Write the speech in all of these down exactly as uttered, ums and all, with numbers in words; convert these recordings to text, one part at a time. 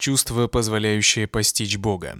чувство, позволяющее постичь Бога.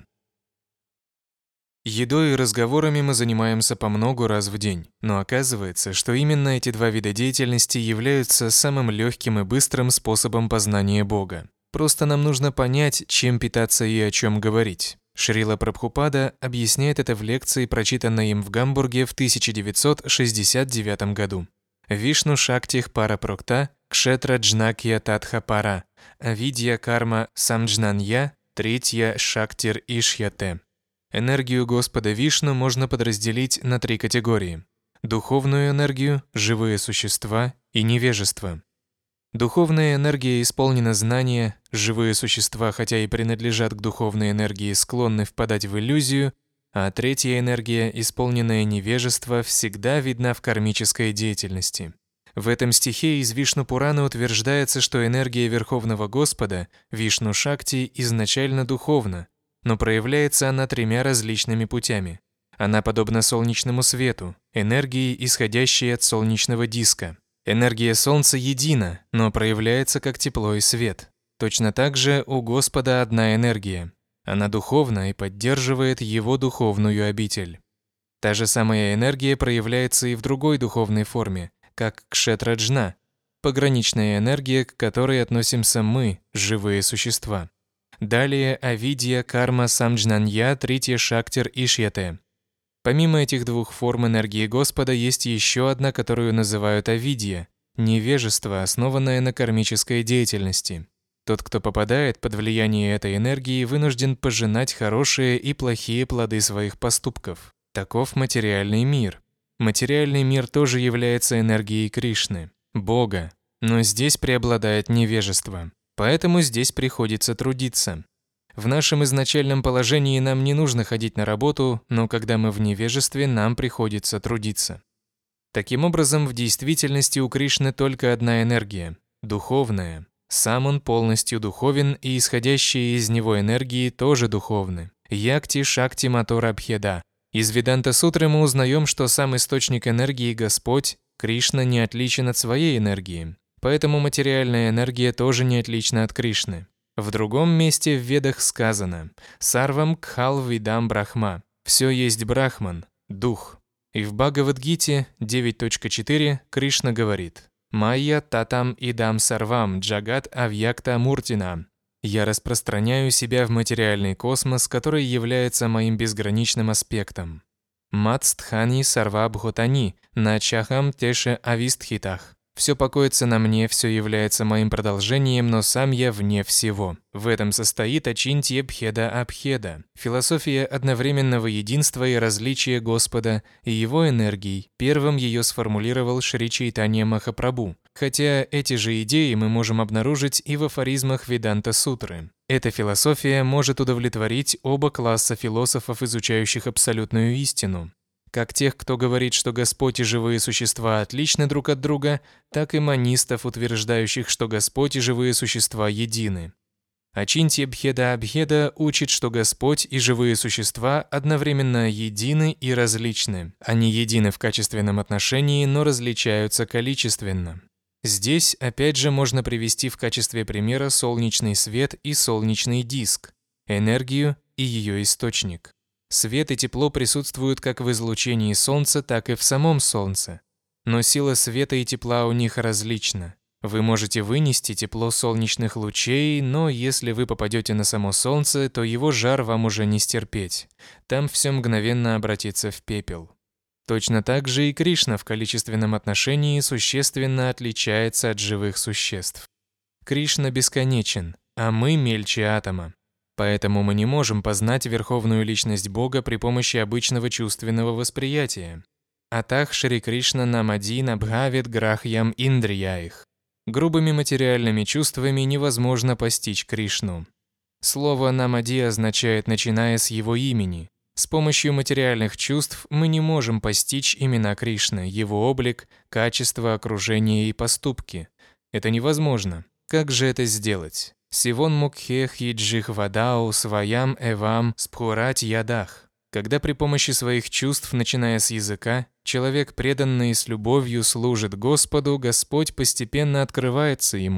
Едой и разговорами мы занимаемся по много раз в день, но оказывается, что именно эти два вида деятельности являются самым легким и быстрым способом познания Бога. Просто нам нужно понять, чем питаться и о чем говорить. Шрила Прабхупада объясняет это в лекции, прочитанной им в Гамбурге в тысяча девятьсот шестьдесят девятом году. Вишну Шактих Пара Прокта, Кшетра Джнакья Татха Пара, Авидья Карма Самджнанья, Третья Шактир Ишьяте. Энергию Господа Вишну можно подразделить на три категории: духовную энергию, живые существа и невежество. Духовная энергия исполнена знания, живые существа, хотя и принадлежат к духовной энергии, склонны впадать в иллюзию, а третья энергия, исполненная невежества, всегда видна в кармической деятельности. В этом стихе из Вишну-Пурана утверждается, что энергия Верховного Господа, Вишну-Шакти, изначально духовна, но проявляется она тремя различными путями. Она подобна солнечному свету, энергии, исходящей от солнечного диска. Энергия Солнца едина, но проявляется как тепло и свет. Точно так же у Господа одна энергия. Она духовна и поддерживает Его духовную обитель. Та же самая энергия проявляется и в другой духовной форме, как кшетра-джна, пограничная энергия, к которой относимся мы, живые существа. Далее авидья, карма, самджнанья, третья шактир ишьяте. Помимо этих двух форм энергии Господа есть еще одна, которую называют авидья, невежество, основанное на кармической деятельности. Тот, кто попадает под влияние этой энергии, вынужден пожинать хорошие и плохие плоды своих поступков. Таков материальный мир. Материальный мир тоже является энергией Кришны, Бога, но здесь преобладает невежество. Поэтому здесь приходится трудиться. В нашем изначальном положении нам не нужно ходить на работу, но когда мы в невежестве, нам приходится трудиться. Таким образом, в действительности у Кришны только одна энергия – духовная. Сам он полностью духовен, и исходящие из него энергии тоже духовны. Якти Шакти Матора Бхеда. Из Веданта-сутры мы узнаем, что сам источник энергии Господь, Кришна, не отличен от своей энергии. Поэтому материальная энергия тоже не отлична от Кришны. В другом месте в Ведах сказано «Сарвам кхал видам брахма» – «Все есть Брахман, Дух». И в Бхагавад-гите девять точка четыре Кришна говорит «Майя татам идам сарвам джагат авьякта муртина». «Я распространяю себя в материальный космос, который является моим безграничным аспектом». «Мацтхани сарва бхутани начахам теше авистхитах». Все покоится на мне, все является моим продолжением, но сам я вне всего. В этом состоит Ачинтья Бхеда Абхеда, философия одновременного единства и различия Господа и Его энергий. Первым ее сформулировал Шри Чайтанья Махапрабху, хотя эти же идеи мы можем обнаружить и в афоризмах Веданта-сутры. Эта философия может удовлетворить оба класса философов, изучающих абсолютную истину. Как тех, кто говорит, что Господь и живые существа отличны друг от друга, так и монистов, утверждающих, что Господь и живые существа едины. Ачинтья Бхеда Абхеда учит, что Господь и живые существа одновременно едины и различны. Они едины в качественном отношении, но различаются количественно. Здесь опять же можно привести в качестве примера солнечный свет и солнечный диск, энергию и ее источник. Свет и тепло присутствуют как в излучении Солнца, так и в самом Солнце. Но сила света и тепла у них различна. Вы можете вынести тепло солнечных лучей, но если вы попадете на само Солнце, то его жар вам уже не стерпеть. Там все мгновенно обратится в пепел. Точно так же и Кришна в количественном отношении существенно отличается от живых существ. Кришна бесконечен, а мы мельче атома. Поэтому мы не можем познать верховную личность Бога при помощи обычного чувственного восприятия. Атах Шри Кришна намади набхавит грахьям индрияих. Грубыми материальными чувствами невозможно постичь Кришну. Слово намади означает «начиная с его имени». С помощью материальных чувств мы не можем постичь имена Кришны, его облик, качество, окружение и поступки. Это невозможно. Как же это сделать? Сивон мукхех еджих вадау своям эвам спхурать ядах. Когда при помощи своих чувств, начиная с языка, человек преданно и с любовью служит Господу, Господь постепенно открывается ему.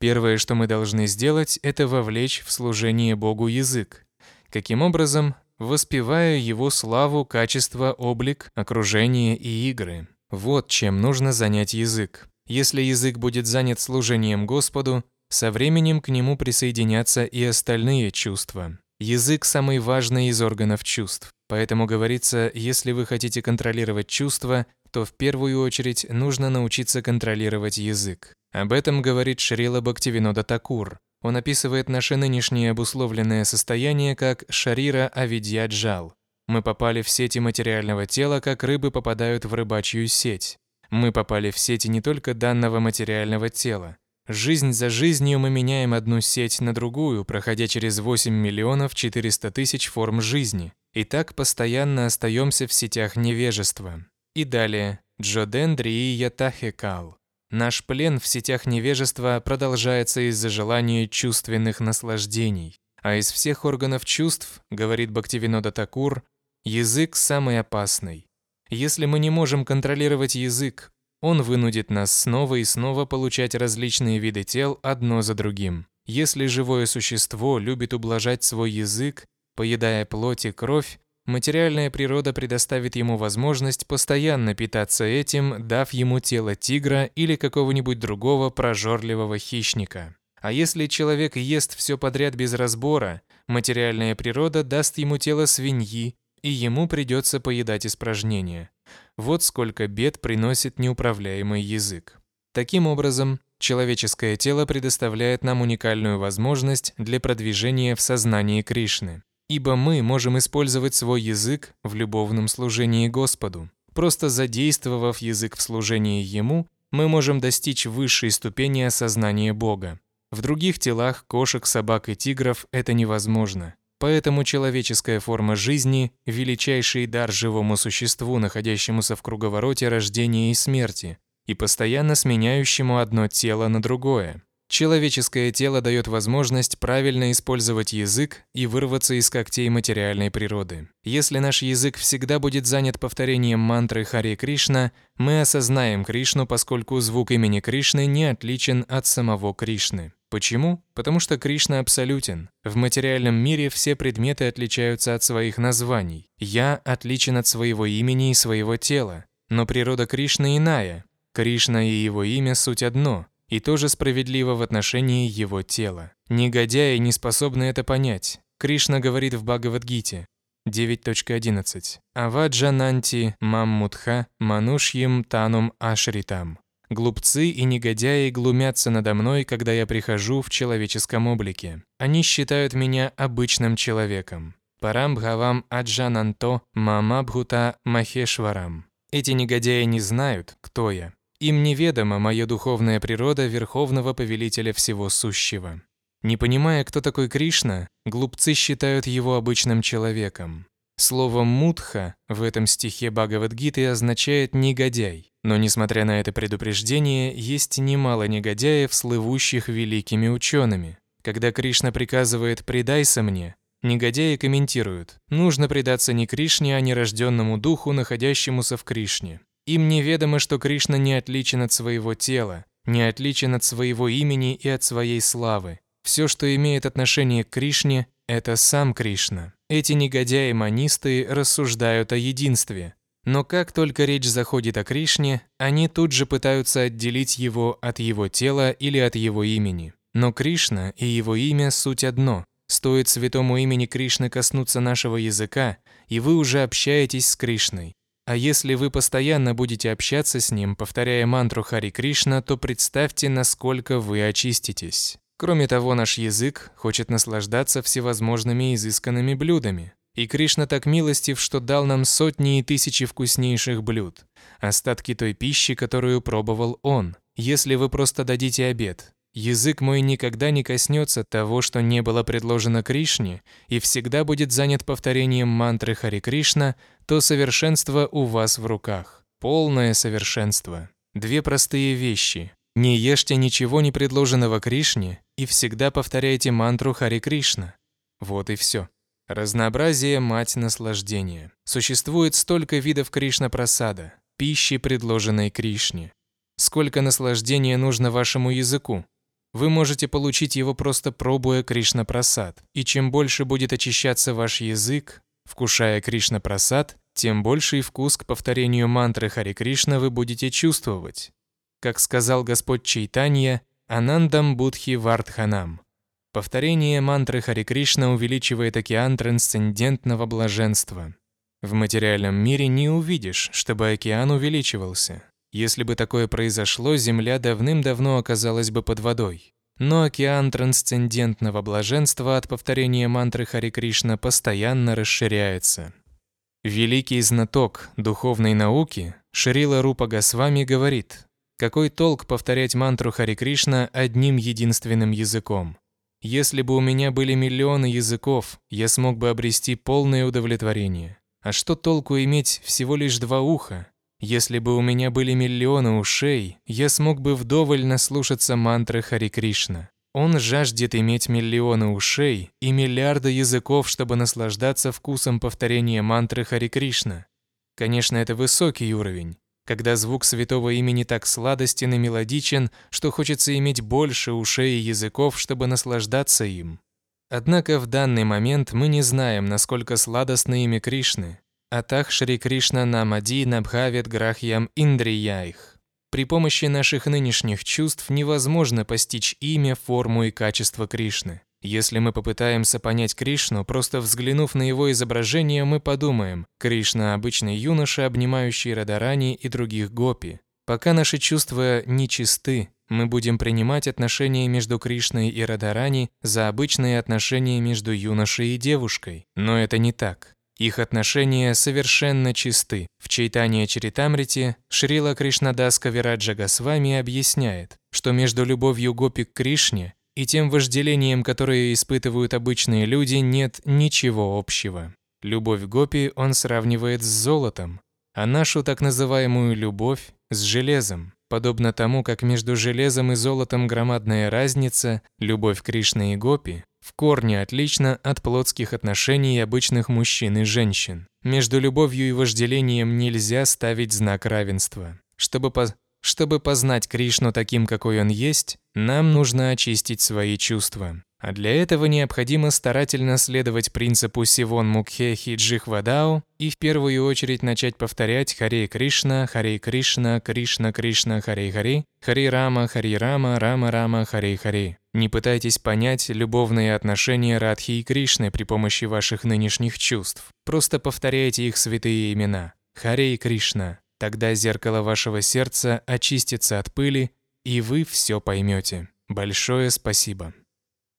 Первое, что мы должны сделать, это вовлечь в служение Богу язык. Каким образом? Воспевая Его славу, качество, облик, окружение и игры. Вот чем нужно занять язык. Если язык будет занят служением Господу, со временем к нему присоединятся и остальные чувства. Язык – самый важный из органов чувств. Поэтому говорится, если вы хотите контролировать чувства, то в первую очередь нужно научиться контролировать язык. Об этом говорит Шрила Бхактивинода Такур. Он описывает наше нынешнее обусловленное состояние как «шарира авидья джал». Мы попали в сети материального тела, как рыбы попадают в рыбачью сеть. Мы попали в сети не только данного материального тела. Жизнь за жизнью мы меняем одну сеть на другую, проходя через восемь миллионов четыреста тысяч форм жизни. И так постоянно остаемся в сетях невежества. И далее. Джодендрия Тахекал. Наш плен в сетях невежества продолжается из-за желания чувственных наслаждений. А из всех органов чувств, говорит Бхактивинода Такур, язык самый опасный. Если мы не можем контролировать язык, он вынудит нас снова и снова получать различные виды тел одно за другим. Если живое существо любит ублажать свой язык, поедая плоть и кровь, материальная природа предоставит ему возможность постоянно питаться этим, дав ему тело тигра или какого-нибудь другого прожорливого хищника. А если человек ест все подряд без разбора, материальная природа даст ему тело свиньи, и ему придется поедать испражнения. Вот сколько бед приносит неуправляемый язык. Таким образом, человеческое тело предоставляет нам уникальную возможность для продвижения в сознании Кришны. Ибо мы можем использовать свой язык в любовном служении Господу. Просто задействовав язык в служении Ему, мы можем достичь высшей ступени осознания Бога. В других телах кошек, собак и тигров это невозможно. Поэтому человеческая форма жизни – величайший дар живому существу, находящемуся в круговороте рождения и смерти, и постоянно сменяющему одно тело на другое. Человеческое тело дает возможность правильно использовать язык и вырваться из когтей материальной природы. Если наш язык всегда будет занят повторением мантры Харе Кришна, мы осознаем Кришну, поскольку звук имени Кришны не отличен от самого Кришны. Почему? Потому что Кришна абсолютен. В материальном мире все предметы отличаются от своих названий. «Я» отличен от своего имени и своего тела. Но природа Кришны иная. Кришна и его имя – суть одно, и тоже справедливо в отношении его тела. Негодяи не способны это понять. Кришна говорит в Бхагавад-гите девять точка одиннадцать. «Аваджананти маммудха манушьям танум ашритам». Глупцы и негодяи глумятся надо мной, когда я прихожу в человеческом облике. Они считают меня обычным человеком. Парамбхавам аджананто мамабхута махешварам. Эти негодяи не знают, кто я. Им неведома моя духовная природа Верховного Повелителя Всего Сущего. Не понимая, кто такой Кришна, глупцы считают его обычным человеком. Слово «мудха» в этом стихе Бхагавад-гиты означает «негодяй». Но, несмотря на это предупреждение, есть немало негодяев, слывущих великими учеными. Когда Кришна приказывает «предайся мне», негодяи комментируют «нужно предаться не Кришне, а нерожденному духу, находящемуся в Кришне». Им неведомо, что Кришна не отличен от своего тела, не отличен от своего имени и от своей славы. Все, что имеет отношение к Кришне, это сам Кришна. Эти негодяи-манисты рассуждают о единстве. Но как только речь заходит о Кришне, они тут же пытаются отделить его от его тела или от его имени. Но Кришна и его имя – суть одно. Стоит святому имени Кришны коснуться нашего языка, и вы уже общаетесь с Кришной. А если вы постоянно будете общаться с ним, повторяя мантру Хари Кришна, то представьте, насколько вы очиститесь. Кроме того, наш язык хочет наслаждаться всевозможными изысканными блюдами. И Кришна так милостив, что дал нам сотни и тысячи вкуснейших блюд, остатки той пищи, которую пробовал Он. Если вы просто дадите обет, язык мой никогда не коснется того, что не было предложено Кришне, и всегда будет занят повторением мантры Хари Кришна, то совершенство у вас в руках. Полное совершенство. Две простые вещи. Не ешьте ничего не предложенного Кришне и всегда повторяйте мантру Хари Кришна. Вот и все. Разнообразие – мать наслаждения. Существует столько видов Кришна-прасада, пищи, предложенной Кришне. Сколько наслаждения нужно вашему языку? Вы можете получить его, просто пробуя Кришна-прасад. И чем больше будет очищаться ваш язык, вкушая Кришна-прасад, тем больший вкус к повторению мантры Харе Кришна вы будете чувствовать. Как сказал Господь Чайтанья, «Анандам Будхи Вардханам». Повторение мантры Харе Кришна увеличивает океан трансцендентного блаженства. В материальном мире не увидишь, чтобы океан увеличивался. Если бы такое произошло, Земля давным-давно оказалась бы под водой. Но океан трансцендентного блаженства от повторения мантры Харе Кришна постоянно расширяется. Великий знаток духовной науки Шрила Рупа Госвами говорит: «Какой толк повторять мантру Харе Кришна одним единственным языком? Если бы у меня были миллионы языков, я смог бы обрести полное удовлетворение. А что толку иметь всего лишь два уха? Если бы у меня были миллионы ушей, я смог бы вдоволь наслушаться мантры Харе Кришна. Он жаждет иметь миллионы ушей и миллиарды языков, чтобы наслаждаться вкусом повторения мантры Харе Кришна. Конечно, это высокий уровень, когда звук святого имени так сладостен и мелодичен, что хочется иметь больше ушей и языков, чтобы наслаждаться им. Однако в данный момент мы не знаем, насколько сладостно имя Кришны. Атах Шри Кришна Намади Набхавет Грахьям Индрияих. При помощи наших нынешних чувств невозможно постичь имя, форму и качество Кришны. Если мы попытаемся понять Кришну, просто взглянув на его изображение, мы подумаем: Кришна – обычный юноша, обнимающий Радарани и других гопи. Пока наши чувства нечисты, мы будем принимать отношения между Кришной и Радарани за обычные отношения между юношей и девушкой. Но это не так. Их отношения совершенно чисты. В Чайтанья-чаритамрите Шрила Кришнадас Кавираджа Госвами объясняет, что между любовью гопи к Кришне и тем вожделением, которое испытывают обычные люди, нет ничего общего. Любовь гопи он сравнивает с золотом, а нашу так называемую любовь с железом. Подобно тому, как между железом и золотом громадная разница, любовь Кришны и гопи в корне отлична от плотских отношений обычных мужчин и женщин. Между любовью и вожделением нельзя ставить знак равенства. Чтобы, по... Чтобы познать Кришну таким, какой он есть, нам нужно очистить свои чувства. А для этого необходимо старательно следовать принципу Сивон Мукхехи Джихвадао и в первую очередь начать повторять Харе Кришна, Харе Кришна, Кришна Кришна, Харе Харе, Харе Рама, Харе Рама, Рама Рама, Харе Харе. Не пытайтесь понять любовные отношения Радхи и Кришны при помощи ваших нынешних чувств. Просто повторяйте их святые имена. Харе Кришна. Тогда зеркало вашего сердца очистится от пыли, и вы все поймете. Большое спасибо.